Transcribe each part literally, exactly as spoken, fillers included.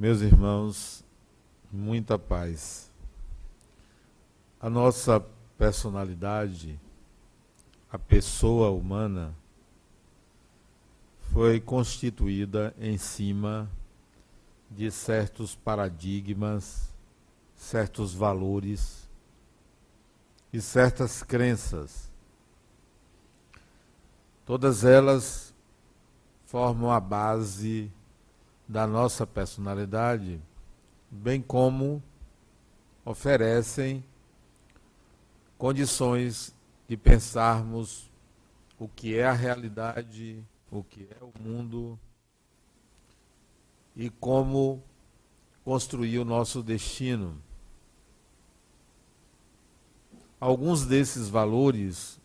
Meus irmãos, muita paz. A nossa personalidade, a pessoa humana, foi constituída em cima de certos paradigmas, certos valores e certas crenças. Todas elas formam a base da nossa personalidade, bem como oferecem condições de pensarmos o que é a realidade, o que é o mundo e como construir o nosso destino. Alguns desses valores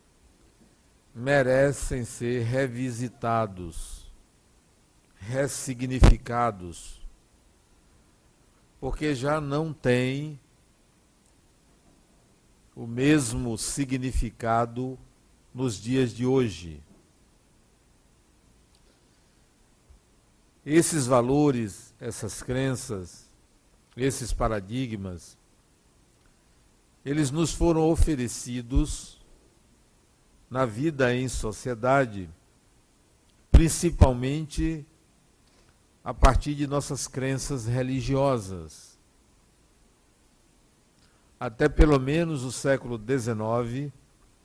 merecem ser revisitados, ressignificados, porque já não têm o mesmo significado nos dias de hoje. Esses valores, essas crenças, esses paradigmas, eles nos foram oferecidos na vida em sociedade, principalmente a partir de nossas crenças religiosas. Até pelo menos o século dezenove,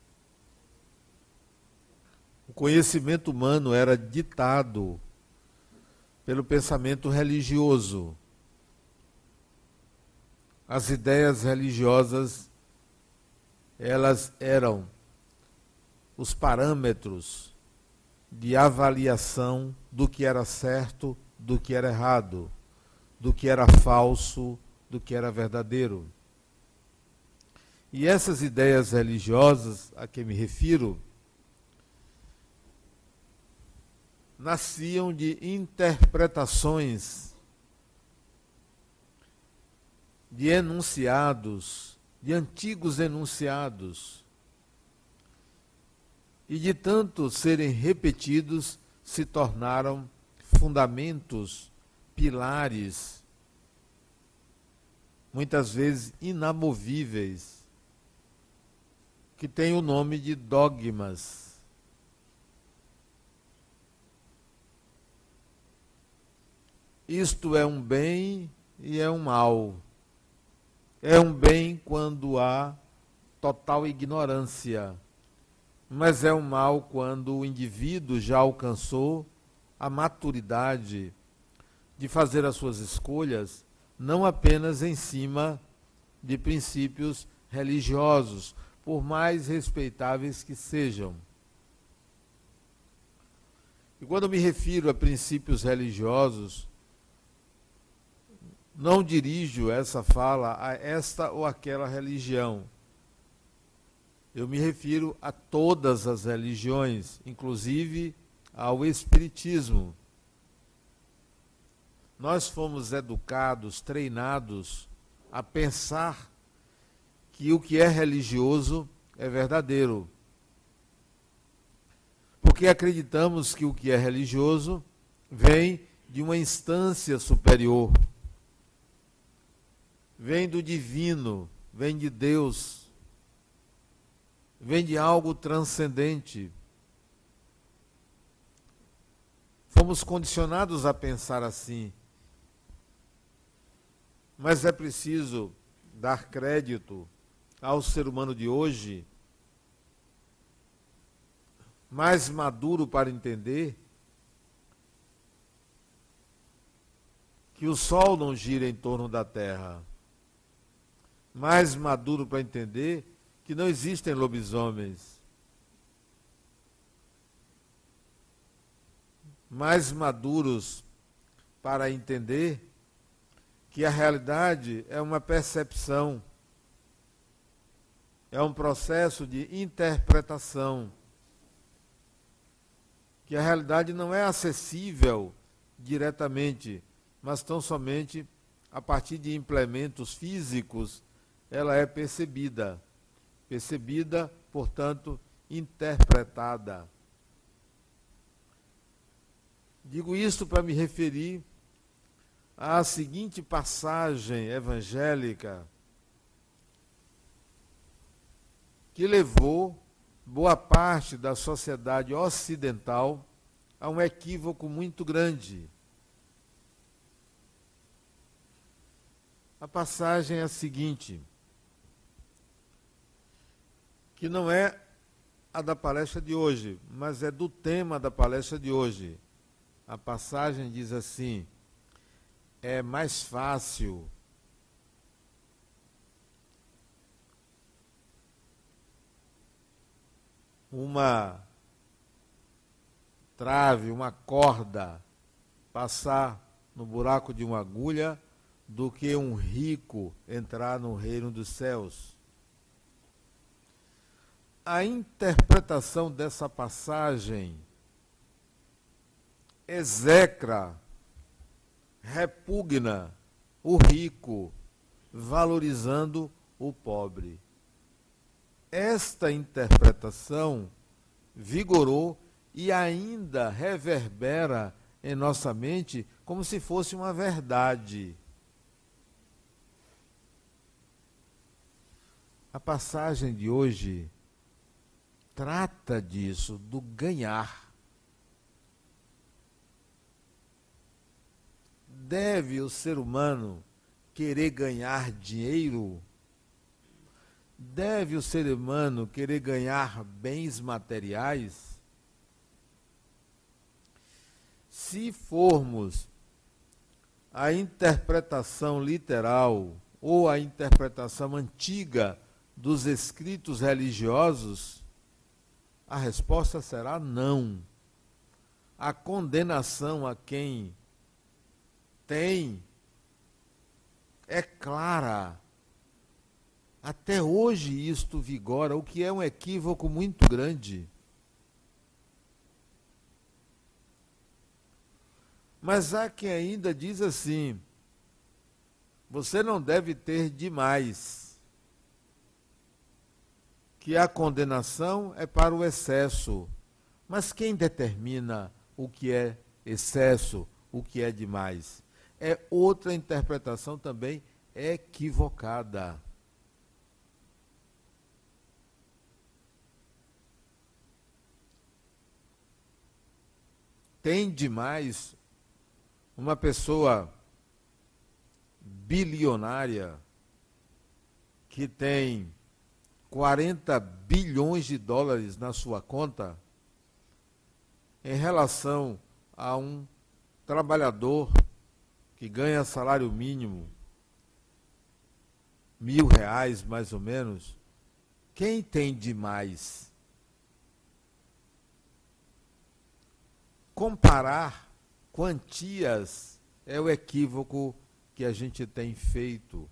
o conhecimento humano era ditado pelo pensamento religioso. As ideias religiosas, elas eram os parâmetros de avaliação do que era certo, do que era errado, do que era falso, do que era verdadeiro. E essas ideias religiosas a que me refiro nasciam de interpretações, de enunciados, de antigos enunciados, e de tanto serem repetidos, se tornaram fundamentos, pilares, muitas vezes inamovíveis, que têm o nome de dogmas. Isto é um bem e é um mal. É um bem quando há total ignorância, mas é um mal quando o indivíduo já alcançou a maturidade de fazer as suas escolhas, não apenas em cima de princípios religiosos, por mais respeitáveis que sejam. E quando me refiro a princípios religiosos, não dirijo essa fala a esta ou aquela religião. Eu me refiro a todas as religiões, inclusive ao Espiritismo. Nós fomos educados, treinados a pensar que o que é religioso é verdadeiro. Porque acreditamos que o que é religioso vem de uma instância superior, vem do divino, vem de Deus, vem de algo transcendente. Fomos condicionados a pensar assim. Mas é preciso dar crédito ao ser humano de hoje, mais maduro para entender que o Sol não gira em torno da Terra, mais maduro para entender que não existem lobisomens, mais maduros para entender que a realidade é uma percepção, é um processo de interpretação, que a realidade não é acessível diretamente, mas tão somente a partir de implementos físicos, ela é percebida. Percebida, portanto, interpretada. Digo isto para me referir a seguinte passagem evangélica que levou boa parte da sociedade ocidental a um equívoco muito grande. A passagem é a seguinte, que não é a da palestra de hoje, mas é do tema da palestra de hoje. A passagem diz assim: é mais fácil uma trave, uma corda passar no buraco de uma agulha do que um rico entrar no reino dos céus. A interpretação dessa passagem execra, repugna o rico, valorizando o pobre. Esta interpretação vigorou e ainda reverbera em nossa mente como se fosse uma verdade. A passagem de hoje trata disso, do ganhar. Deve o ser humano querer ganhar dinheiro? Deve o ser humano querer ganhar bens materiais? Se formos a interpretação literal ou a interpretação antiga dos escritos religiosos, a resposta será não. A condenação a quem tem é clara. Até hoje isto vigora, o que é um equívoco muito grande. Mas há quem ainda diz assim: você não deve ter demais, que a condenação é para o excesso. Mas quem determina o que é excesso, o que é demais? É outra interpretação também equivocada. Tem demais uma pessoa bilionária que tem quarenta bilhões de dólares na sua conta em relação a um trabalhador que ganha salário mínimo, mil reais mais ou menos? Quem tem demais? Comparar quantias é o equívoco que a gente tem feito.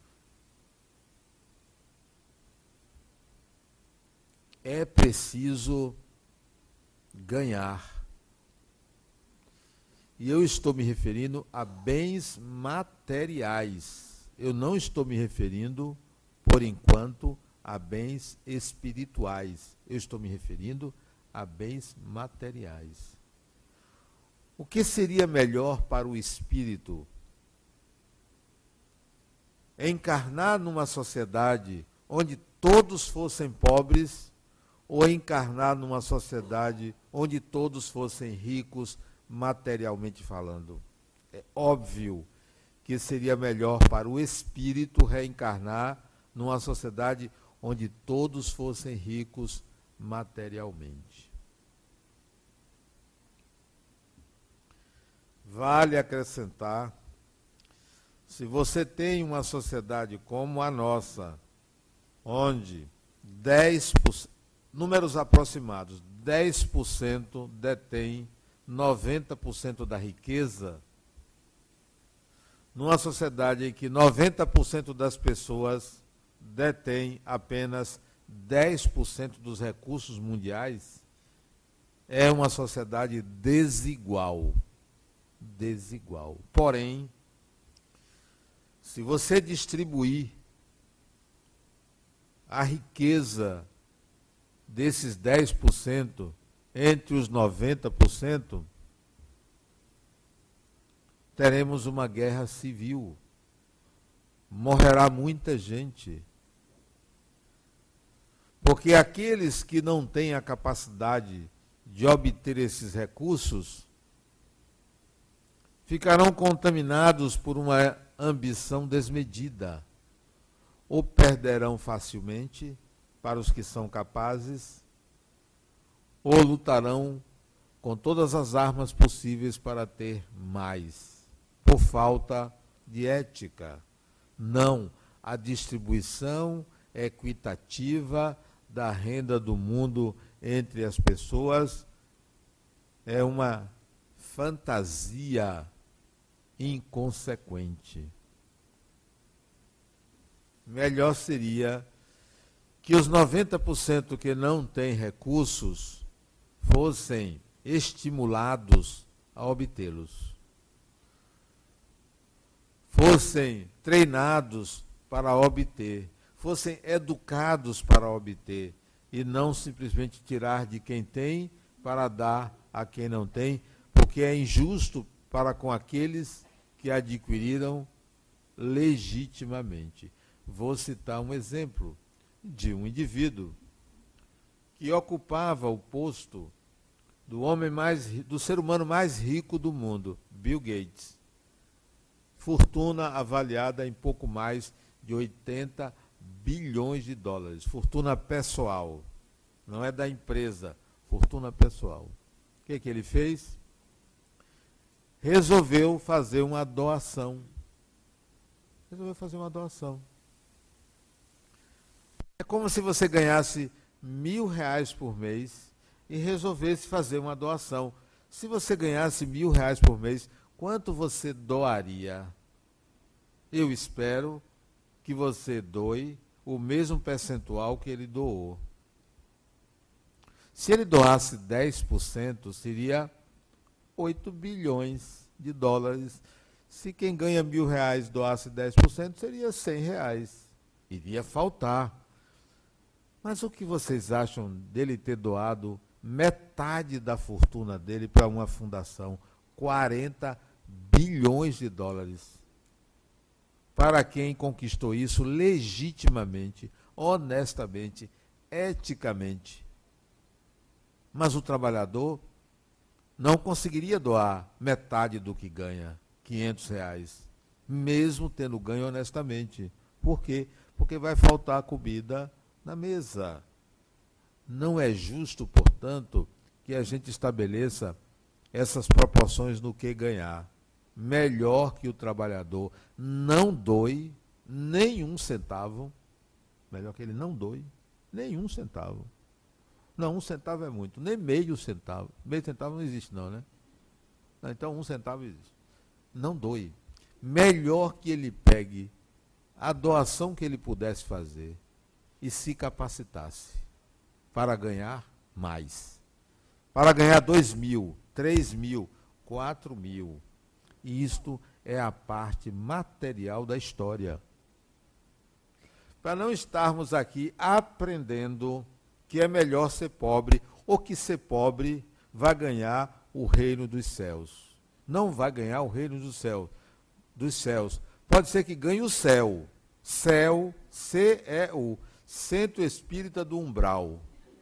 É preciso ganhar. E eu estou me referindo a bens materiais. Eu não estou me referindo, por enquanto, a bens espirituais. Eu estou me referindo a bens materiais. O que seria melhor para o espírito? Encarnar numa sociedade onde todos fossem pobres ou encarnar numa sociedade onde todos fossem ricos, materialmente falando? É óbvio que seria melhor para o espírito reencarnar numa sociedade onde todos fossem ricos materialmente. Vale acrescentar, se você tem uma sociedade como a nossa, onde dez por cento, números aproximados, dez por cento detém noventa por cento da riqueza, numa sociedade em que noventa por cento das pessoas detém apenas dez por cento dos recursos mundiais, é uma sociedade desigual. Desigual. Porém, se você distribuir a riqueza desses dez por cento entre os noventa por cento, teremos uma guerra civil. Morrerá muita gente. Porque aqueles que não têm a capacidade de obter esses recursos ficarão contaminados por uma ambição desmedida, ou perderão facilmente para os que são capazes, ou lutarão com todas as armas possíveis para ter mais, por falta de ética. Não, a distribuição equitativa da renda do mundo entre as pessoas é uma fantasia inconsequente. Melhor seria que os noventa por cento que não têm recursos fossem estimulados a obtê-los. Fossem treinados para obter, fossem educados para obter, e não simplesmente tirar de quem tem para dar a quem não tem, porque é injusto para com aqueles que adquiriram legitimamente. Vou citar um exemplo de um indivíduo que ocupava o posto do homem mais do ser humano mais rico do mundo, Bill Gates. Fortuna avaliada em pouco mais de oitenta bilhões de dólares. Fortuna pessoal, não é da empresa, fortuna pessoal. O que, que ele fez? Resolveu fazer uma doação. Resolveu fazer uma doação. É como se você ganhasse mil reais por mês e resolvesse fazer uma doação. Se você ganhasse mil reais por mês, quanto você doaria? Eu espero que você doe o mesmo percentual que ele doou. Se ele doasse dez por cento, seria oito bilhões de dólares. Se quem ganha mil reais doasse dez por cento, seria cem reais. Iria faltar. Mas o que vocês acham dele ter doado metade da fortuna dele para uma fundação? quarenta bilhões de dólares. Para quem conquistou isso legitimamente, honestamente, eticamente. Mas o trabalhador não conseguiria doar metade do que ganha, quinhentos reais, mesmo tendo ganho honestamente. Por quê? Porque vai faltar comida na mesa. Não é justo, portanto, que a gente estabeleça essas proporções no que ganhar. Melhor que o trabalhador não doe nenhum centavo, melhor que ele não doe nenhum centavo. Não, um centavo é muito, nem meio centavo. Meio centavo não existe não, né? Não, então um centavo existe. Não doe. Melhor que ele pegue a doação que ele pudesse fazer e se capacitasse para ganhar mais. Para ganhar dois mil, três mil, quatro mil. E isto é a parte material da história. Para não estarmos aqui aprendendo que é melhor ser pobre, ou que ser pobre vai ganhar o reino dos céus. Não vai ganhar o reino dos céus. Dos céus. Pode ser que ganhe o céu. Céu, C E U, Centro Espírita do Umbral.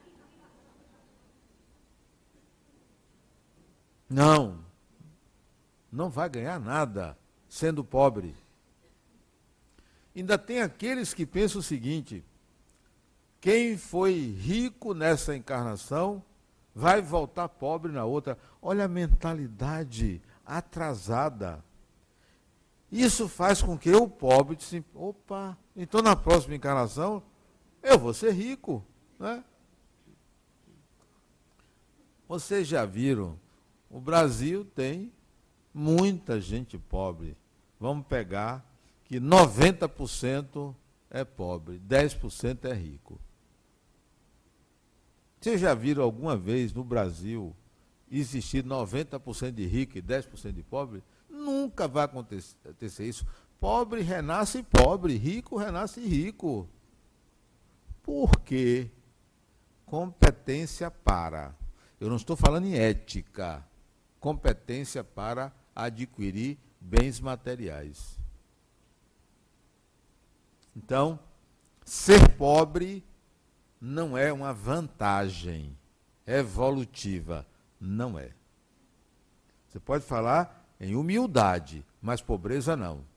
Não. Não vai ganhar nada sendo pobre. Ainda tem aqueles que pensam o seguinte: quem foi rico nessa encarnação vai voltar pobre na outra. Olha a mentalidade atrasada. Isso faz com que o pobre se, opa, então na próxima encarnação eu vou ser rico, né? Vocês já viram, o Brasil tem muita gente pobre. Vamos pegar que noventa por cento é pobre, dez por cento é rico. Vocês já viram alguma vez no Brasil existir noventa por cento de rico e dez por cento de pobre? Nunca vai acontecer isso. Pobre renasce pobre, rico renasce rico. Por quê? Competência para. Eu não estou falando em ética. Competência para adquirir bens materiais. Então, ser pobre não é uma vantagem evolutiva, não é. Você pode falar em humildade, mas pobreza não. O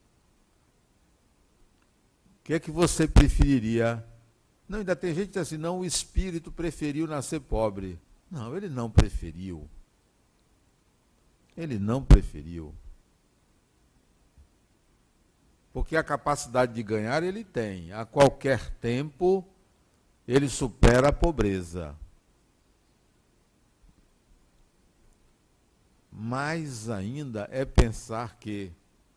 que é que você preferiria? Não, ainda tem gente que diz assim, não, o espírito preferiu nascer pobre. Não, ele não preferiu. Ele não preferiu. Porque a capacidade de ganhar ele tem. A qualquer tempo, ele supera a pobreza. Mais ainda é pensar que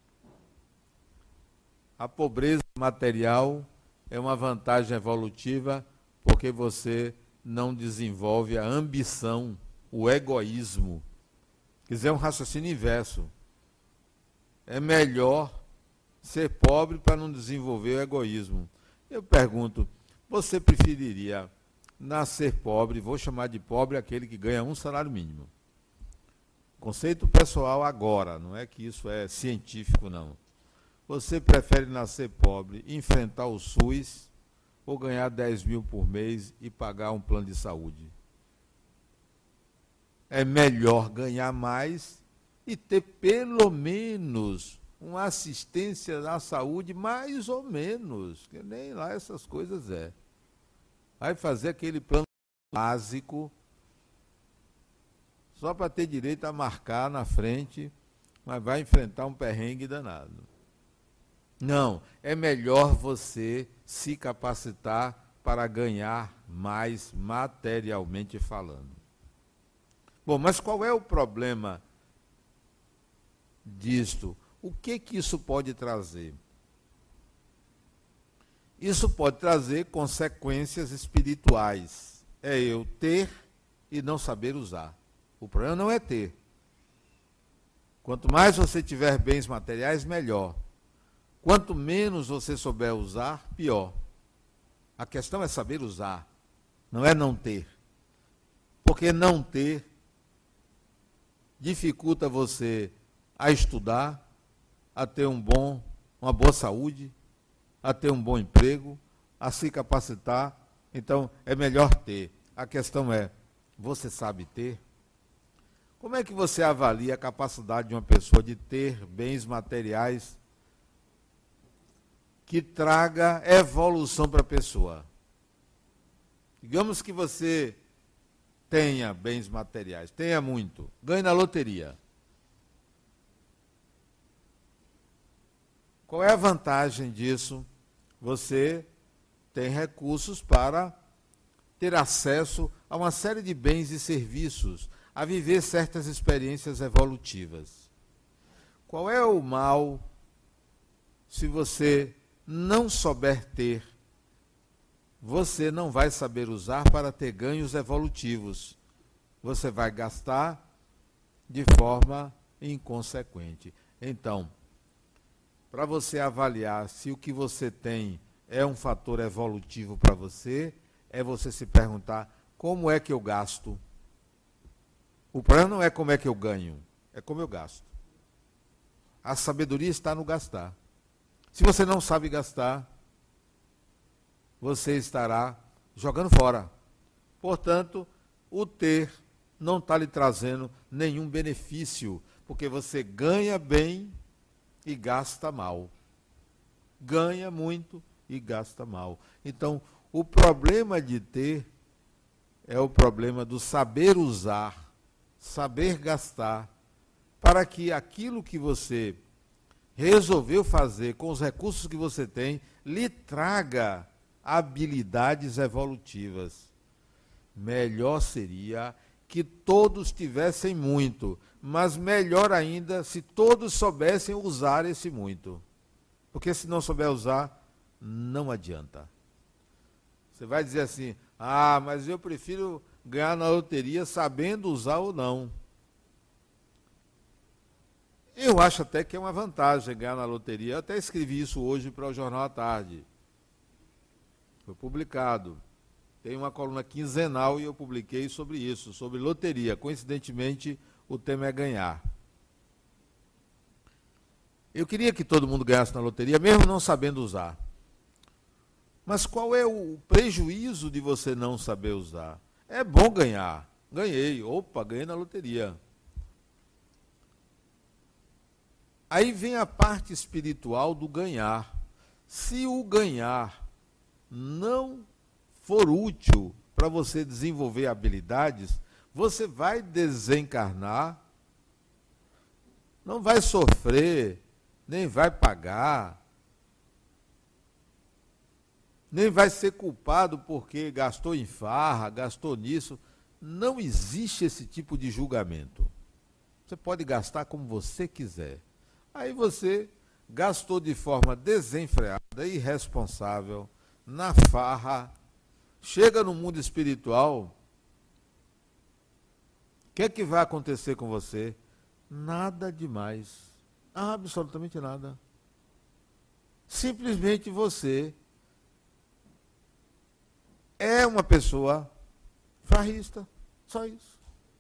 a pobreza material é uma vantagem evolutiva porque você não desenvolve a ambição, o egoísmo. Quer dizer, é um raciocínio inverso. É melhor ser pobre para não desenvolver o egoísmo. Eu pergunto, você preferiria nascer pobre, vou chamar de pobre aquele que ganha um salário mínimo. Conceito pessoal agora, não é que isso é científico, não. Você prefere nascer pobre, enfrentar o SUS, ou ganhar dez mil por mês e pagar um plano de saúde? É melhor ganhar mais e ter pelo menos uma assistência à saúde, mais ou menos, que nem lá essas coisas é. Vai fazer aquele plano básico, só para ter direito a marcar na frente, mas vai enfrentar um perrengue danado. Não, é melhor você se capacitar para ganhar mais materialmente falando. Bom, mas qual é o problema disto? O que que isso pode trazer? Isso pode trazer consequências espirituais. É eu ter e não saber usar. O problema não é ter. Quanto mais você tiver bens materiais, melhor. Quanto menos você souber usar, pior. A questão é saber usar, não é não ter. Porque não ter dificulta você a estudar, a ter um bom, uma boa saúde, a ter um bom emprego, a se capacitar. Então, é melhor ter. A questão é, você sabe ter? Como é que você avalia a capacidade de uma pessoa de ter bens materiais que traga evolução para a pessoa? Digamos que você tenha bens materiais, tenha muito, ganhe na loteria. Qual é a vantagem disso? Você tem recursos para ter acesso a uma série de bens e serviços, a viver certas experiências evolutivas. Qual é o mal se você não souber ter? Você não vai saber usar para ter ganhos evolutivos. Você vai gastar de forma inconsequente. Então, para você avaliar se o que você tem é um fator evolutivo para você, é você se perguntar, como é que eu gasto? O problema não é como é que eu ganho, é como eu gasto. A sabedoria está no gastar. Se você não sabe gastar, você estará jogando fora. Portanto, o ter não está lhe trazendo nenhum benefício, porque você ganha bem e gasta mal. Ganha muito e gasta mal. Então, o problema de ter é o problema do saber usar, saber gastar, para que aquilo que você resolveu fazer com os recursos que você tem, lhe traga habilidades evolutivas. Melhor seria que todos tivessem muito, mas melhor ainda se todos soubessem usar esse muito. Porque se não souber usar, não adianta. Você vai dizer assim, ah, mas eu prefiro ganhar na loteria sabendo usar ou não. Eu acho até que é uma vantagem ganhar na loteria. Eu até escrevi isso hoje para o Jornal à Tarde. Foi publicado. Tem uma coluna quinzenal e eu publiquei sobre isso, sobre loteria. Coincidentemente, o tema é ganhar. Eu queria que todo mundo ganhasse na loteria, mesmo não sabendo usar. Mas qual é o prejuízo de você não saber usar? É bom ganhar. Ganhei. Opa, ganhei na loteria. Aí vem a parte espiritual do ganhar. Se o ganhar não for útil para você desenvolver habilidades, você vai desencarnar, não vai sofrer, nem vai pagar, nem vai ser culpado porque gastou em farra, gastou nisso. Não existe esse tipo de julgamento. Você pode gastar como você quiser. Aí você gastou de forma desenfreada, irresponsável, na farra, chega no mundo espiritual, o que é que vai acontecer com você? Nada demais. Absolutamente nada. Simplesmente você é uma pessoa farrista, só isso.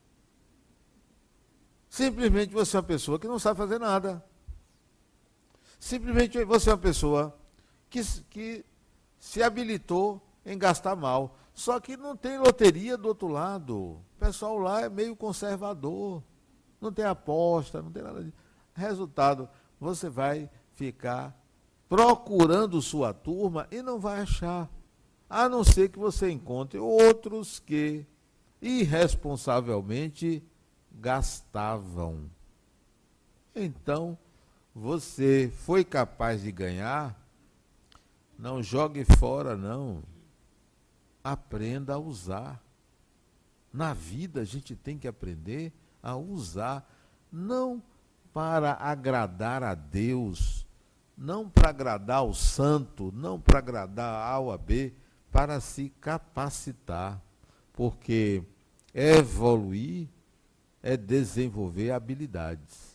Simplesmente você é uma pessoa que não sabe fazer nada. Simplesmente você é uma pessoa que, que se habilitou em gastar mal. Só que não tem loteria do outro lado. O pessoal lá é meio conservador. Não tem aposta, não tem nada disso. Resultado, você vai ficar procurando sua turma e não vai achar. A não ser que você encontre outros que irresponsavelmente gastavam. Então, você foi capaz de ganhar, não jogue fora, não. Aprenda a usar. Na vida a gente tem que aprender a usar, não para agradar a Deus, não para agradar o santo, não para agradar A ou a B, para se capacitar, porque evoluir é desenvolver habilidades.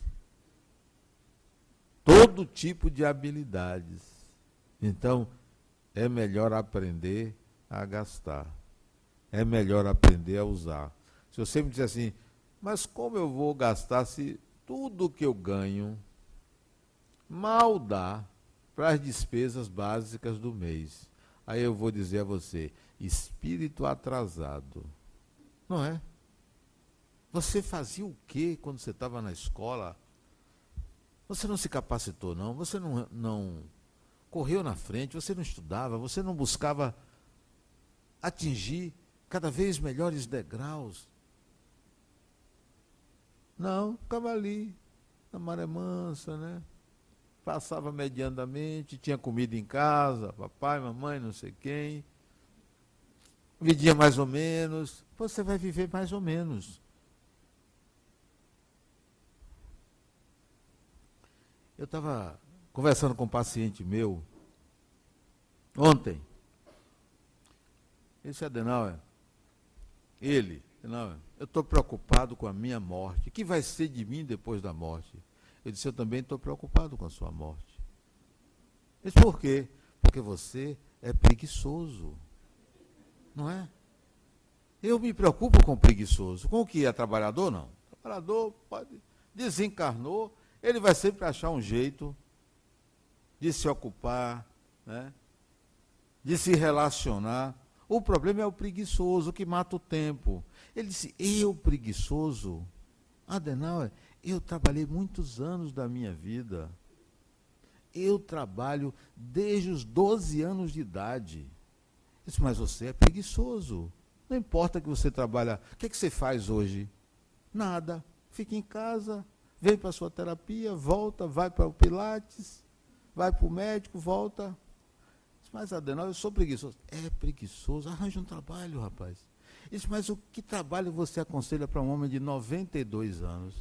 Todo tipo de habilidades. Então, é melhor aprender a gastar. É melhor aprender a usar. Se você me disser assim, mas como eu vou gastar se tudo que eu ganho mal dá para as despesas básicas do mês? Aí eu vou dizer a você, espírito atrasado. Não é? Você fazia o quê quando você estava na escola? Você não se capacitou, não? Você não, não correu na frente, você não estudava, você não buscava atingir cada vez melhores degraus? Não, ficava ali, na maré mansa, né? Passava medianamente, tinha comida em casa, papai, mamãe, não sei quem. Vivia mais ou menos. Você vai viver mais ou menos. Eu estava conversando com um paciente meu ontem. Esse Adenauer, ele, Adenauer, eu estou preocupado com a minha morte. O que vai ser de mim depois da morte? Eu disse, eu também estou preocupado com a sua morte. Ele disse, por quê? Porque você é preguiçoso. Não é? Eu me preocupo com o preguiçoso. Com o que é trabalhador, não. O trabalhador pode, desencarnou, ele vai sempre achar um jeito de se ocupar, né? De se relacionar. O problema é o preguiçoso, que mata o tempo. Ele disse, eu preguiçoso? Adenauer, eu trabalhei muitos anos da minha vida. Eu trabalho desde os doze anos de idade. Eu disse, mas você é preguiçoso. Não importa que você trabalha. O que, é que você faz hoje? Nada. Fica em casa, vem para a sua terapia, volta, vai para o Pilates, vai para o médico, volta. Mas, Adenauer, eu sou preguiçoso. É preguiçoso? Arranja um trabalho, rapaz. Isso, mas o que trabalho você aconselha para um homem de noventa e dois anos?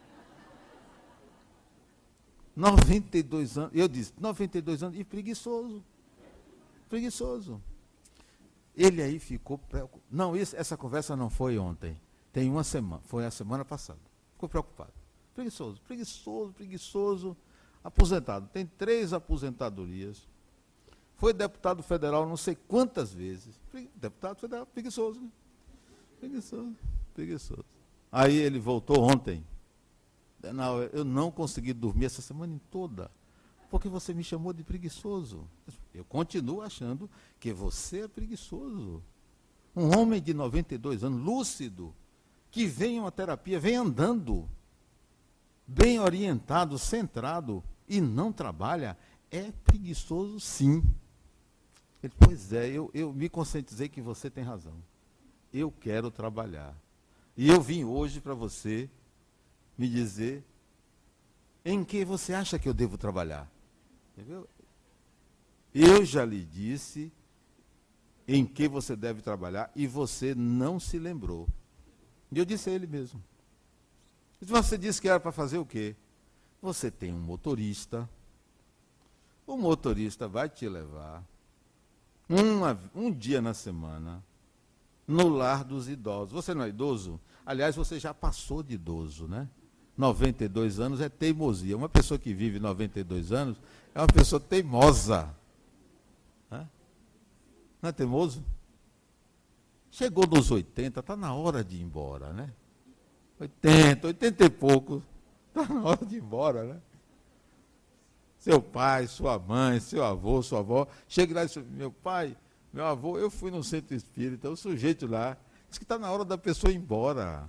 noventa e dois anos. Eu disse, noventa e dois anos e preguiçoso. Preguiçoso. Ele aí ficou preocupado. Não, isso, essa conversa não foi ontem. Tem uma semana. Foi a semana passada. Ficou preocupado. Preguiçoso, preguiçoso, preguiçoso. Aposentado. Tem três aposentadorias. Foi deputado federal não sei quantas vezes. Deputado federal, preguiçoso, né? Preguiçoso, preguiçoso. Aí ele voltou ontem não, eu não consegui dormir essa semana toda, porque você me chamou de preguiçoso. Eu continuo achando que você é preguiçoso. Um homem de noventa e dois anos, lúcido, que vem a uma terapia, vem andando, bem orientado, centrado, e não trabalha, é preguiçoso sim. Ele, pois é, eu, eu me conscientizei que você tem razão. Eu quero trabalhar. E eu vim hoje para você me dizer em que você acha que eu devo trabalhar. Entendeu? Eu já lhe disse em que você deve trabalhar e você não se lembrou. E eu disse a ele mesmo. Você disse que era para fazer o quê? Você tem um motorista, o motorista vai te levar uma, um dia na semana no lar dos idosos. Você não é idoso? Aliás, você já passou de idoso, né? noventa e dois anos é teimosia. Uma pessoa que vive noventa e dois anos é uma pessoa teimosa. Hã? Não é teimoso? Chegou nos oitenta, está na hora de ir embora, né? oitenta, oitenta e pouco, está na hora de ir embora, né? Seu pai, sua mãe, seu avô, sua avó, chega lá e diz, meu pai, meu avô, eu fui no centro espírita, o sujeito lá, diz que está na hora da pessoa ir embora.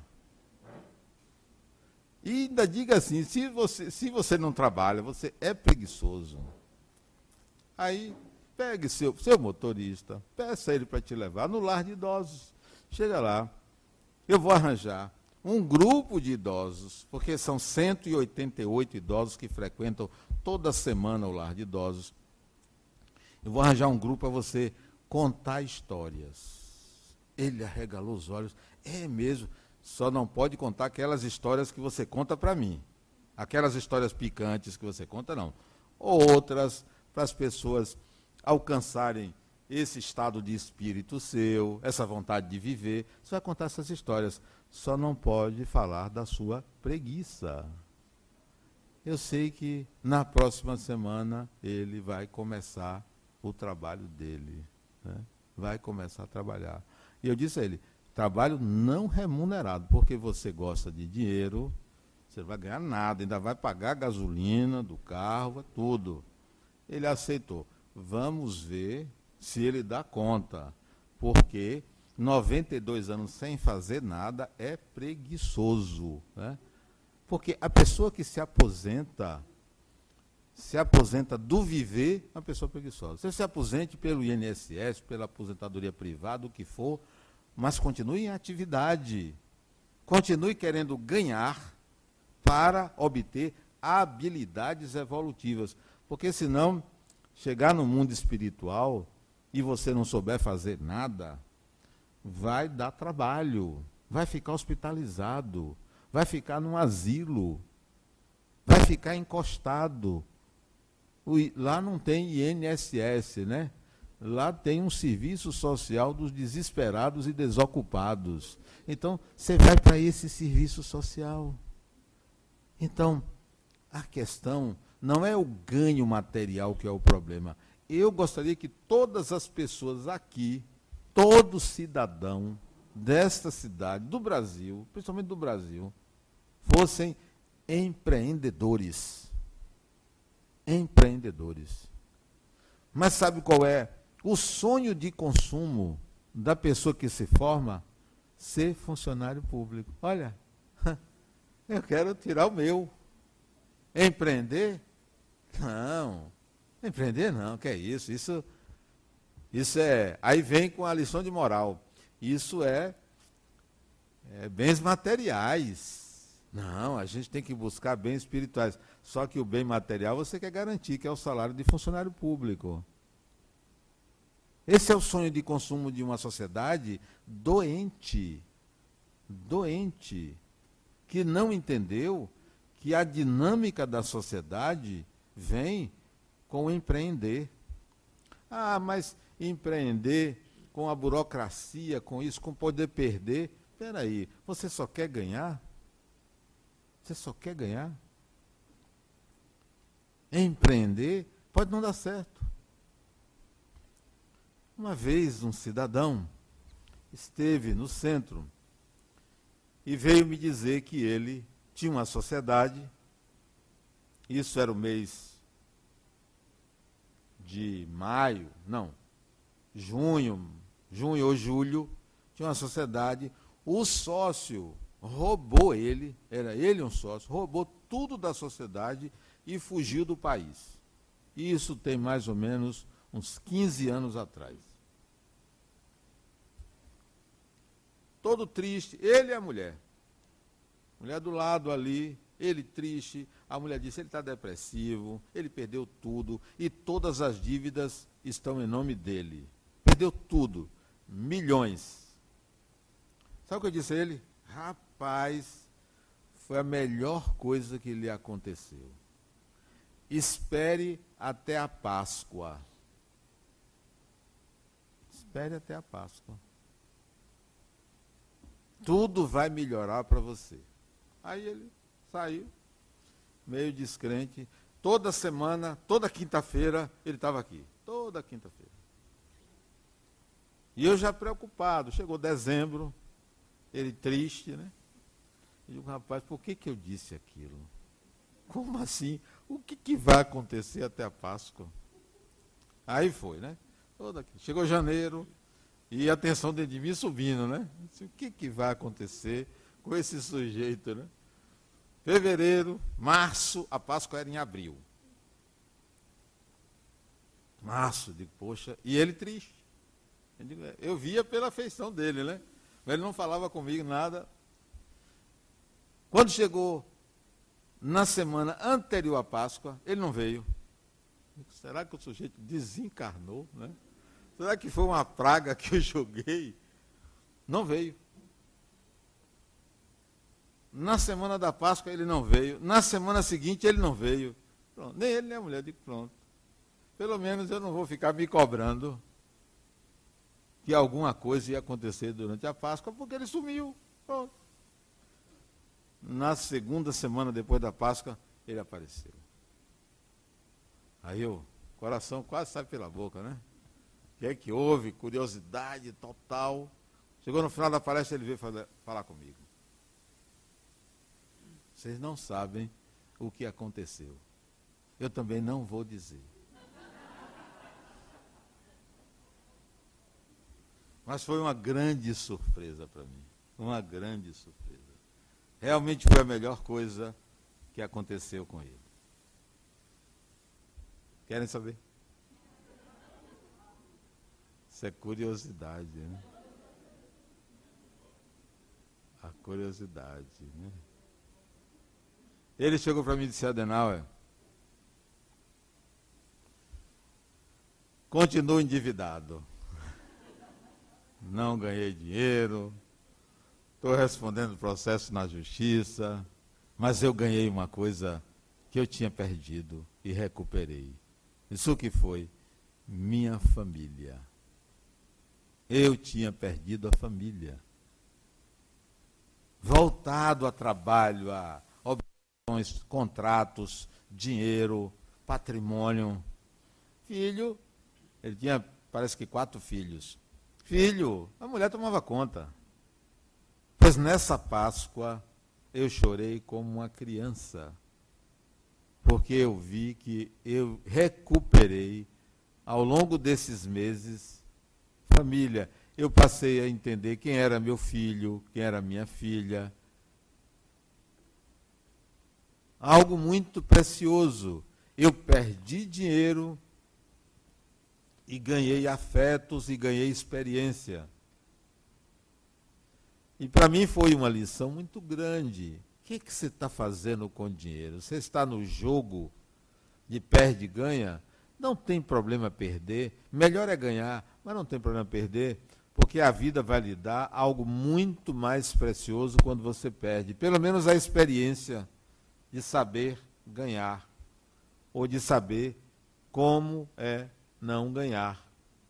E ainda diga assim, se você, se você não trabalha, você é preguiçoso. Aí, pegue seu, seu motorista, peça ele para te levar no lar de idosos. Chega lá, eu vou arranjar um grupo de idosos, porque são cento e oitenta e oito idosos que frequentam toda semana o lar de idosos. Eu vou arranjar um grupo para você contar histórias. Ele arregalou os olhos. É mesmo, só não pode contar aquelas histórias que você conta para mim. Aquelas histórias picantes que você conta, não. Outras, para as pessoas alcançarem esse estado de espírito seu, essa vontade de viver. Você vai contar essas histórias. Só não pode falar da sua preguiça. Eu sei que na próxima semana ele vai começar o trabalho dele. Né? Vai começar a trabalhar. E eu disse a ele, trabalho não remunerado, porque você gosta de dinheiro, você não vai ganhar nada, ainda vai pagar a gasolina do carro, tudo. Ele aceitou. Vamos ver se ele dá conta, porque noventa e dois anos sem fazer nada é preguiçoso, né? Porque a pessoa que se aposenta, se aposenta do viver, é uma pessoa preguiçosa. Você se aposente pelo I N S S, pela aposentadoria privada, o que for, mas continue em atividade. Continue querendo ganhar para obter habilidades evolutivas. Porque senão, chegar no mundo espiritual e você não souber fazer nada, vai dar trabalho, vai ficar hospitalizado, vai ficar num asilo, vai ficar encostado. O, lá não tem I N S S, né? Lá tem um serviço social dos desesperados e desocupados. Então, você vai para esse serviço social. Então, a questão não é o ganho material que é o problema. Eu gostaria que todas as pessoas aqui, todo cidadão desta cidade, do Brasil, principalmente do Brasil, fossem empreendedores. Empreendedores. Mas sabe qual é o sonho de consumo da pessoa que se forma? Ser funcionário público. Olha, eu quero tirar o meu. Empreender? Não. Empreender não, que é isso? Isso, isso é... Aí vem com a lição de moral. Isso é, é bens materiais. Não, a gente tem que buscar bens espirituais. Só que o bem material você quer garantir, que é o salário de funcionário público. Esse é o sonho de consumo de uma sociedade doente. Doente. Que não entendeu que a dinâmica da sociedade vem com o empreender. Ah, mas empreender com a burocracia, com isso, com poder perder. Espera aí, você só quer ganhar? Você só quer ganhar? Empreender pode não dar certo. Uma vez um cidadão esteve no centro e veio me dizer que ele tinha uma sociedade, isso era o mês de maio, não, junho, junho ou julho, tinha uma sociedade, o sócio roubou ele, era ele um sócio, roubou tudo da sociedade e fugiu do país. E isso tem mais ou menos uns quinze anos atrás. Todo triste, ele e a mulher. Mulher do lado ali, ele triste, a mulher disse, ele está depressivo, ele perdeu tudo e todas as dívidas estão em nome dele. Perdeu tudo, milhões. Sabe o que eu disse a ele? Rapaz, foi a melhor coisa que lhe aconteceu. Espere até a Páscoa. Espere até a Páscoa. Tudo vai melhorar para você. Aí ele saiu, meio descrente. Toda semana, toda quinta-feira, ele estava aqui. Toda quinta-feira. E eu já preocupado. Chegou dezembro, ele triste, né? Eu digo, rapaz, por que, que eu disse aquilo? Como assim? O que, que vai acontecer até a Páscoa? Aí foi, né? Toda aqui. Chegou janeiro e a tensão dentro de mim subindo, né? Disse, o que, que vai acontecer com esse sujeito, né? Fevereiro, março, a Páscoa era em abril. Março, digo, poxa, e ele triste. Eu, digo, eu via pela feição dele, né? Mas ele não falava comigo nada. Quando chegou na semana anterior à Páscoa, ele não veio. Será que o sujeito desencarnou, né? Será que foi uma praga que eu joguei? Não veio. Na semana da Páscoa ele não veio. Na semana seguinte ele não veio. Pronto. Nem ele nem a mulher. Eu digo, pronto. Pelo menos eu não vou ficar me cobrando que alguma coisa ia acontecer durante a Páscoa, porque ele sumiu. Pronto. Na segunda semana depois da Páscoa, ele apareceu. Aí o coração quase sai pela boca, né? O que é que houve? Curiosidade total. Chegou no final da palestra, ele veio falar, falar comigo. Vocês não sabem o que aconteceu. Eu também não vou dizer. Mas foi uma grande surpresa para mim. Uma grande surpresa. Realmente foi a melhor coisa que aconteceu com ele. Querem saber? Isso é curiosidade, né? A curiosidade, né? Ele chegou para mim e disse, Adenauer, continuo endividado. Não ganhei dinheiro, estou respondendo processo na justiça, mas eu ganhei uma coisa que eu tinha perdido e recuperei. Isso que foi? Minha família. Eu tinha perdido a família. Voltado a trabalho, a obrigações, contratos, dinheiro, patrimônio. Filho, ele tinha, parece que quatro filhos. Filho, a mulher tomava conta. Pois nessa Páscoa eu chorei como uma criança, porque eu vi que eu recuperei, ao longo desses meses, família. Eu passei a entender quem era meu filho, quem era minha filha. Algo muito precioso. Eu perdi dinheiro e ganhei afetos e ganhei experiência. E para mim foi uma lição muito grande. O que, que você está fazendo com dinheiro? Você está no jogo de perde e ganha? Não tem problema perder. Melhor é ganhar, mas não tem problema perder, porque a vida vai lhe dar algo muito mais precioso quando você perde. Pelo menos a experiência de saber ganhar, ou de saber como é não ganhar.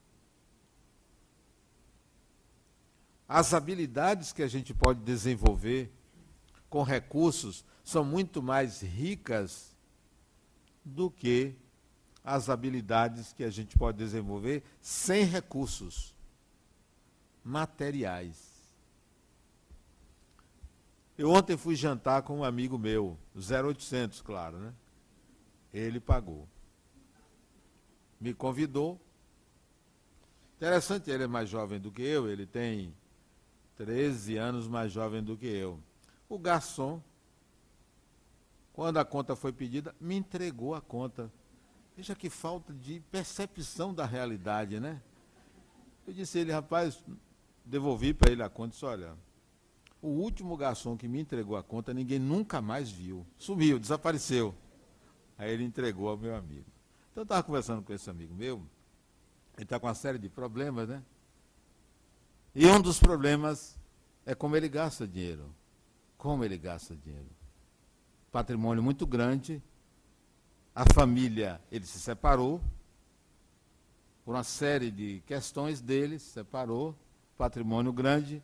As habilidades que a gente pode desenvolver com recursos são muito mais ricas do que as habilidades que a gente pode desenvolver sem recursos materiais. Eu ontem fui jantar com um amigo meu, zero oitocentos, claro, né? Ele pagou. Me convidou. Interessante, ele é mais jovem do que eu, ele tem treze anos mais jovem do que eu. O garçom, quando a conta foi pedida, me entregou a conta. Veja que falta de percepção da realidade, né? Eu disse a ele, rapaz, devolvi para ele a conta e disse, olha, o último garçom que me entregou a conta, ninguém nunca mais viu. Sumiu, desapareceu. Aí ele entregou ao meu amigo. Então eu estava conversando com esse amigo meu, ele está com uma série de problemas, né? E um dos problemas é como ele gasta dinheiro. Como ele gasta dinheiro. Patrimônio muito grande, a família, ele se separou, por uma série de questões dele, se separou, patrimônio grande,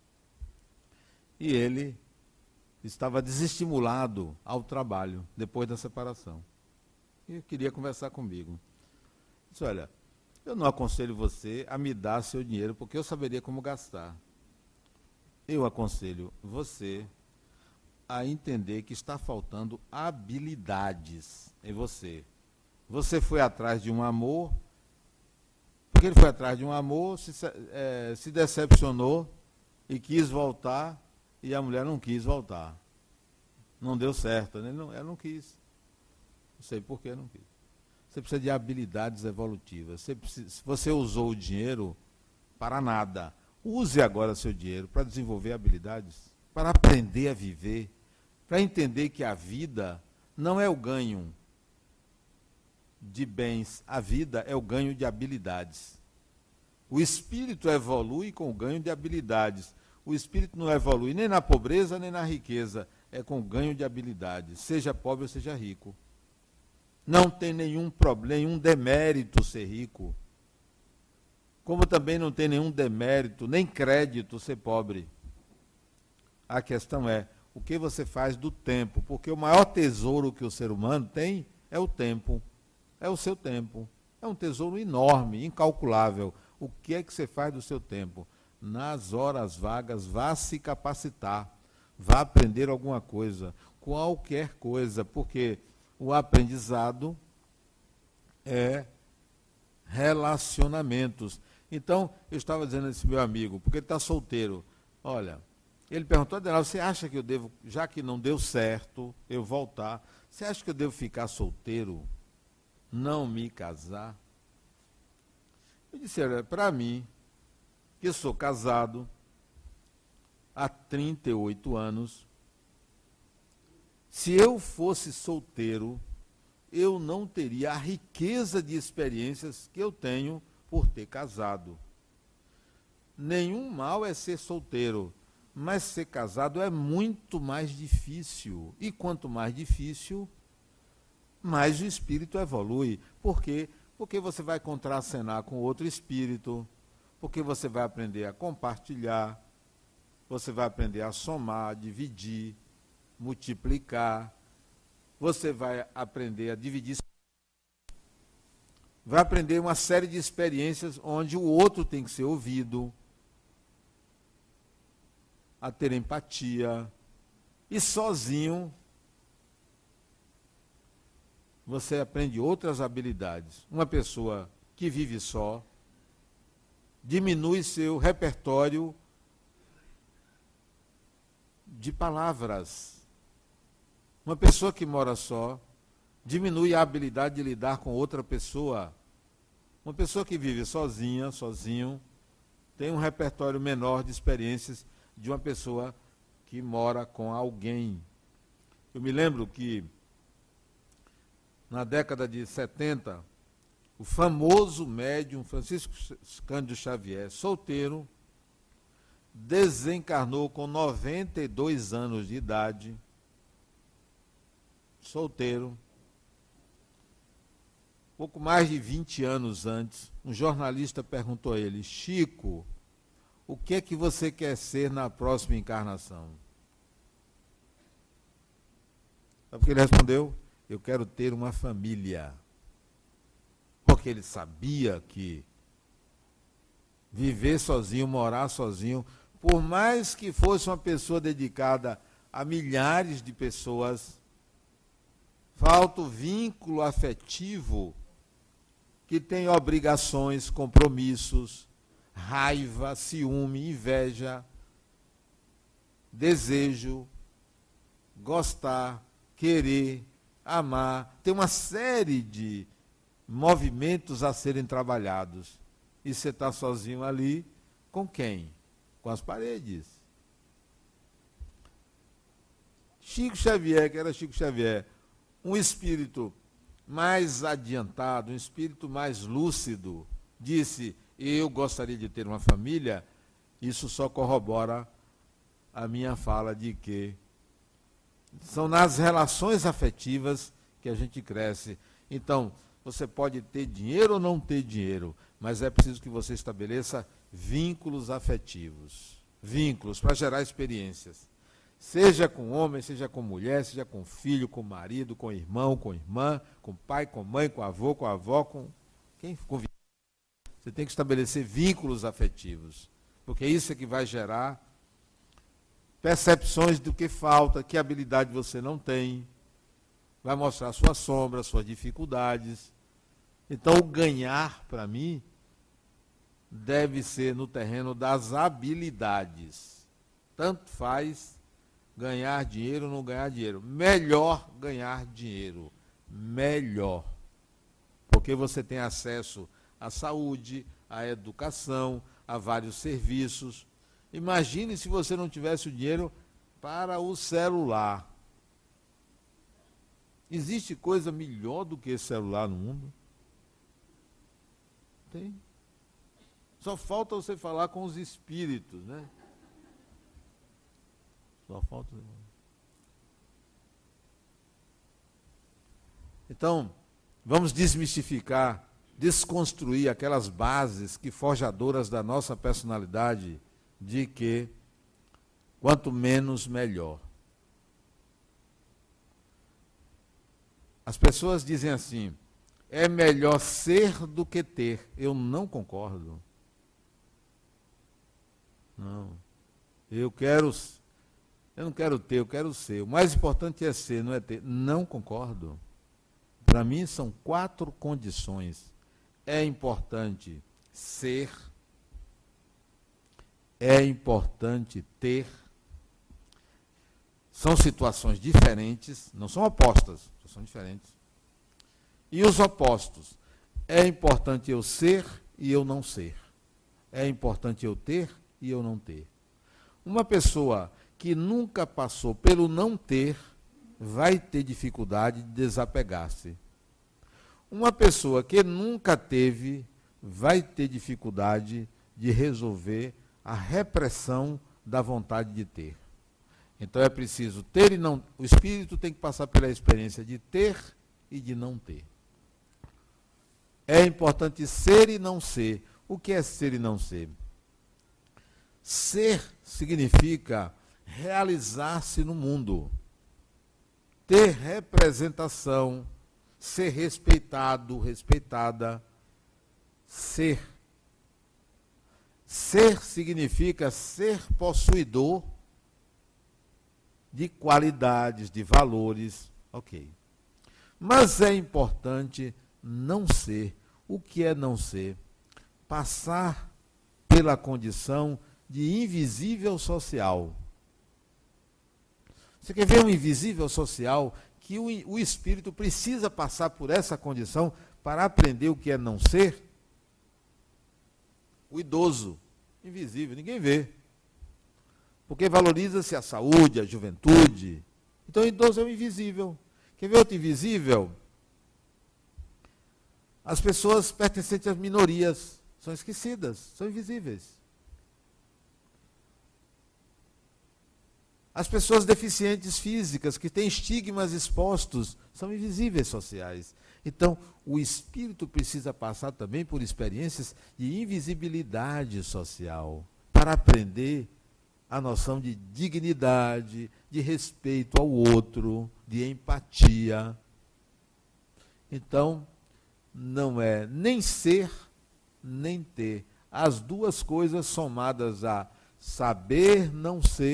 e ele estava desestimulado ao trabalho depois da separação. E queria conversar comigo. Disse, olha, eu não aconselho você a me dar seu dinheiro, porque eu saberia como gastar. Eu aconselho você a entender que está faltando habilidades em você. Você foi atrás de um amor, porque ele foi atrás de um amor, se, é, se decepcionou e quis voltar, e a mulher não quis voltar. Não deu certo, né? Não, ela não quis. Não sei por que não quis. Você precisa de habilidades evolutivas. Você, precisa, você usou o dinheiro para nada. Use agora seu dinheiro para desenvolver habilidades, para aprender a viver, para entender que a vida não é o ganho de bens, a vida é o ganho de habilidades. O espírito evolui com o ganho de habilidades. O espírito não evolui nem na pobreza nem na riqueza, é com o ganho de habilidades, seja pobre ou seja rico. Não tem nenhum problema, nenhum demérito ser rico. Como também não tem nenhum demérito, nem crédito ser pobre. A questão é, o que você faz do tempo? Porque o maior tesouro que o ser humano tem é o tempo. É o seu tempo. É um tesouro enorme, incalculável. O que é que você faz do seu tempo? Nas horas vagas, vá se capacitar. Vá aprender alguma coisa. Qualquer coisa. Porque o aprendizado é relacionamentos. Então, eu estava dizendo a esse meu amigo, porque ele está solteiro. Olha, ele perguntou, Adenauer, você acha que eu devo, já que não deu certo, eu voltar, você acha que eu devo ficar solteiro? Não me casar? Eu disse, olha, para mim, que sou casado há trinta e oito anos, se eu fosse solteiro, eu não teria a riqueza de experiências que eu tenho por ter casado. Nenhum mal é ser solteiro, mas ser casado é muito mais difícil. E quanto mais difícil, mais o espírito evolui. Por quê? Porque você vai contracenar com outro espírito, porque você vai aprender a compartilhar, você vai aprender a somar, dividir, multiplicar, você vai aprender a dividir, vai aprender uma série de experiências onde o outro tem que ser ouvido, a ter empatia, e sozinho você aprende outras habilidades. Uma pessoa que vive só diminui seu repertório de palavras. Uma pessoa que mora só diminui a habilidade de lidar com outra pessoa. Uma pessoa que vive sozinha, sozinho, tem um repertório menor de experiências de uma pessoa que mora com alguém. Eu me lembro que, na década de setenta, o famoso médium Francisco Cândido Xavier, solteiro, desencarnou com noventa e dois anos de idade, solteiro, pouco mais de vinte anos antes. Um jornalista perguntou a ele, Chico, o que é que você quer ser na próxima encarnação? Sabe o que ele respondeu? Eu quero ter uma família. Porque ele sabia que viver sozinho, morar sozinho, por mais que fosse uma pessoa dedicada a milhares de pessoas. Falta o vínculo afetivo que tem obrigações, compromissos, raiva, ciúme, inveja, desejo, gostar, querer, amar. Tem uma série de movimentos a serem trabalhados. E você está sozinho ali, com quem? Com as paredes. Chico Xavier, que era Chico Xavier, um espírito mais adiantado, um espírito mais lúcido, disse: eu gostaria de ter uma família. Isso só corrobora a minha fala de que são nas relações afetivas que a gente cresce. Então, você pode ter dinheiro ou não ter dinheiro, mas é preciso que você estabeleça vínculos afetivos. Vínculos para gerar experiências. Seja com homem, seja com mulher, seja com filho, com marido, com irmão, com irmã, com pai, com mãe, com avô, com avó, com quem com... Você tem que estabelecer vínculos afetivos, porque isso é que vai gerar percepções do que falta, que habilidade você não tem, vai mostrar suas sombras, suas dificuldades. Então, o ganhar, para mim, deve ser no terreno das habilidades. Tanto faz ganhar dinheiro ou não ganhar dinheiro. Melhor ganhar dinheiro. Melhor. Porque você tem acesso à saúde, à educação, a vários serviços. Imagine se você não tivesse o dinheiro para o celular. Existe coisa melhor do que esse celular no mundo? Tem. Só falta você falar com os espíritos, né? Só falta. Então, vamos desmistificar, desconstruir aquelas bases que forjadoras da nossa personalidade, de que quanto menos, melhor. As pessoas dizem assim: é melhor ser do que ter. Eu não concordo. Não. Eu quero, eu não quero ter, eu quero ser. O mais importante é ser, não é ter. Não concordo. Para mim são quatro condições. É importante ser, é importante ter. São situações diferentes, não são opostas, são diferentes. E os opostos. É importante eu ser e eu não ser. É importante eu ter e eu não ter. Uma pessoa que nunca passou pelo não ter, vai ter dificuldade de desapegar-se. Uma pessoa que nunca teve, vai ter dificuldade de resolver a repressão da vontade de ter. Então é preciso ter e não... O espírito tem que passar pela experiência de ter e de não ter. É importante ser e não ser. O que é ser e não ser? Ser significa realizar-se no mundo, ter representação, ser respeitado, respeitada, ser. Ser significa ser possuidor de qualidades, de valores, ok. Mas é importante não ser. O que é não ser? Passar pela condição de invisível social. Você quer ver um invisível social? Que o, o espírito precisa passar por essa condição para aprender o que é não ser? O idoso, invisível, ninguém vê. Porque valoriza-se a saúde, a juventude. Então o idoso é o invisível. Quer ver outro invisível? As pessoas pertencentes às minorias são esquecidas, são invisíveis. As pessoas deficientes físicas, que têm estigmas expostos, são invisíveis sociais. Então, o espírito precisa passar também por experiências de invisibilidade social, para aprender a noção de dignidade, de respeito ao outro, de empatia. Então, não é nem ser, nem ter. As duas coisas somadas a saber não ser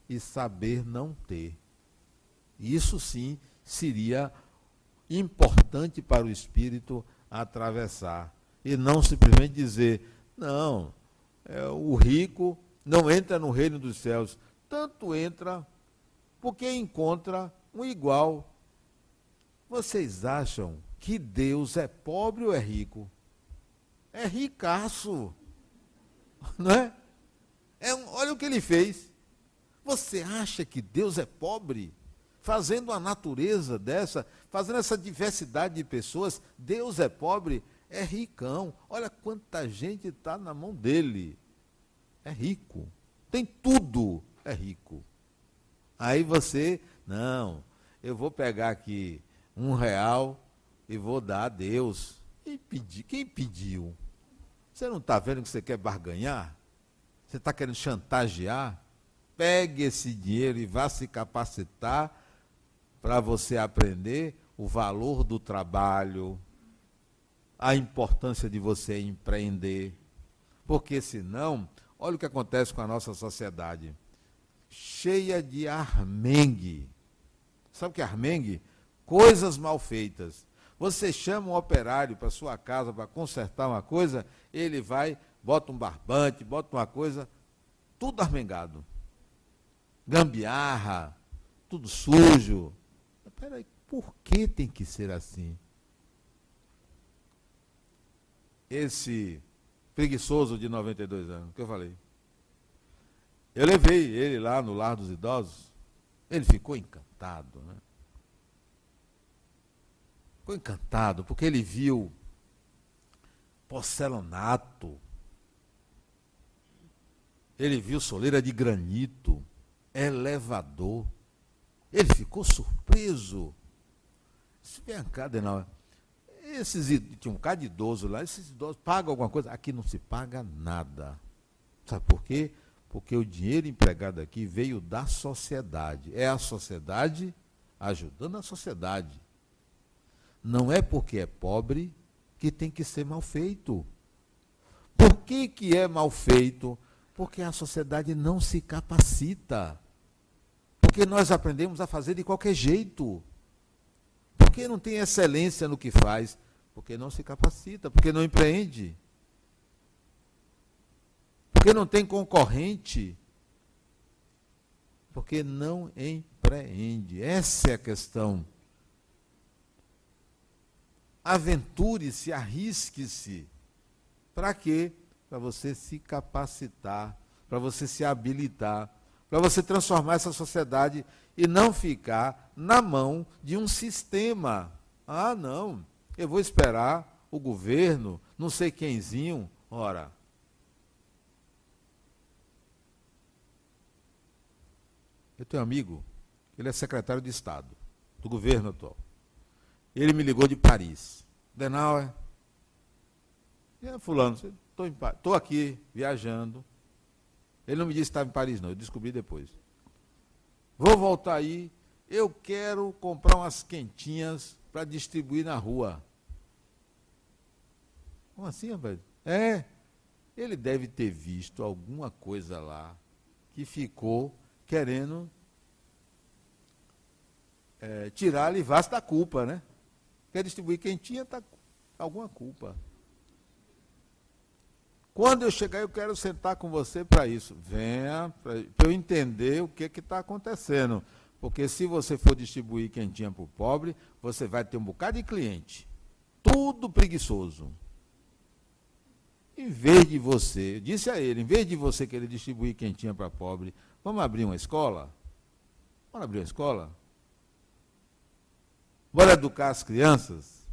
e saber não ter. Isso sim seria importante para o espírito atravessar. E não simplesmente dizer, não, é, o rico não entra no reino dos céus. Tanto entra porque encontra um igual. Vocês acham que Deus é pobre ou é rico? É ricaço. Não é? É um, olha o que ele fez. Você acha que Deus é pobre? Fazendo uma natureza dessa, fazendo essa diversidade de pessoas, Deus é pobre? É ricão. Olha quanta gente está na mão dele. É rico. Tem tudo. É rico. Aí você, não, eu vou pegar aqui um real e vou dar a Deus. Quem pediu? Quem pediu? Você não está vendo que você quer barganhar? Você está querendo chantagear? Pegue esse dinheiro e vá se capacitar para você aprender o valor do trabalho, a importância de você empreender. Porque senão, olha o que acontece com a nossa sociedade. Cheia de armengue. Sabe o que é armengue? Coisas mal feitas. Você chama um operário para sua casa para consertar uma coisa, ele vai, bota um barbante, bota uma coisa, tudo armengado. Gambiarra, tudo sujo. Peraí, por que tem que ser assim? Esse preguiçoso de noventa e dois anos, que eu falei. Eu levei ele lá no lar dos idosos, ele ficou encantado, né? Ficou encantado, porque ele viu porcelanato, ele viu soleira de granito, elevador. Ele ficou surpreso. Se vem cá, Denal, esses, tinha um cara de idoso lá, esses idosos pagam alguma coisa? Aqui não se paga nada. Sabe por quê? Porque o dinheiro empregado aqui veio da sociedade. É a sociedade ajudando a sociedade. Não é porque é pobre que tem que ser mal feito. Por que que é mal feito? Porque a sociedade não se capacita. Porque nós aprendemos a fazer de qualquer jeito. Porque não tem excelência no que faz. Porque não se capacita, porque não empreende. Porque não tem concorrente. Porque não empreende. Essa é a questão. Aventure-se, arrisque-se. Para quê? Para você se capacitar, para você se habilitar, para você transformar essa sociedade e não ficar na mão de um sistema. Ah, não, eu vou esperar o governo, não sei quemzinho. Ora, eu tenho um amigo, ele é secretário de Estado, do governo atual. Ele me ligou de Paris. Denauer, é, fulano, estou aqui viajando. Ele não me disse que estava em Paris, não, eu descobri depois. Vou voltar aí, eu quero comprar umas quentinhas para distribuir na rua. Como assim, rapaz? É, ele deve ter visto alguma coisa lá que ficou querendo é, tirar a Livassi da culpa, né? Quer distribuir quentinha, está com alguma culpa. Quando eu chegar, eu quero sentar com você para isso. Venha, para eu entender o que está acontecendo. Porque se você for distribuir quentinha para o pobre, você vai ter um bocado de cliente. Tudo preguiçoso. Em vez de você, eu disse a ele, em vez de você querer distribuir quentinha para pobre, vamos abrir uma escola? Vamos abrir uma escola? Bora educar as crianças?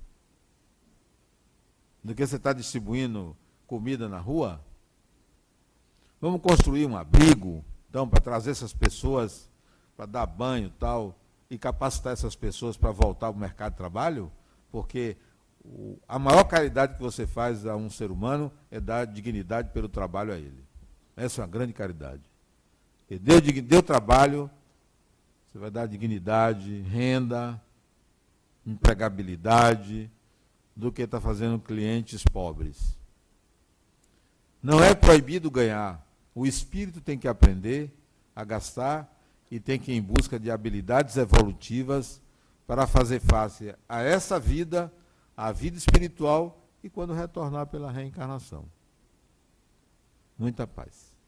Do que você está distribuindo comida na rua? Vamos construir um abrigo, então, para trazer essas pessoas, para dar banho e tal, e capacitar essas pessoas para voltar ao mercado de trabalho? Porque o, a maior caridade que você faz a um ser humano é dar dignidade pelo trabalho a ele. Essa é uma grande caridade. Porque deu, deu trabalho, você vai dar dignidade, renda, empregabilidade, do que está fazendo clientes pobres. Não é proibido ganhar. O espírito tem que aprender a gastar e tem que ir em busca de habilidades evolutivas para fazer face a essa vida, a vida espiritual e quando retornar pela reencarnação. Muita paz.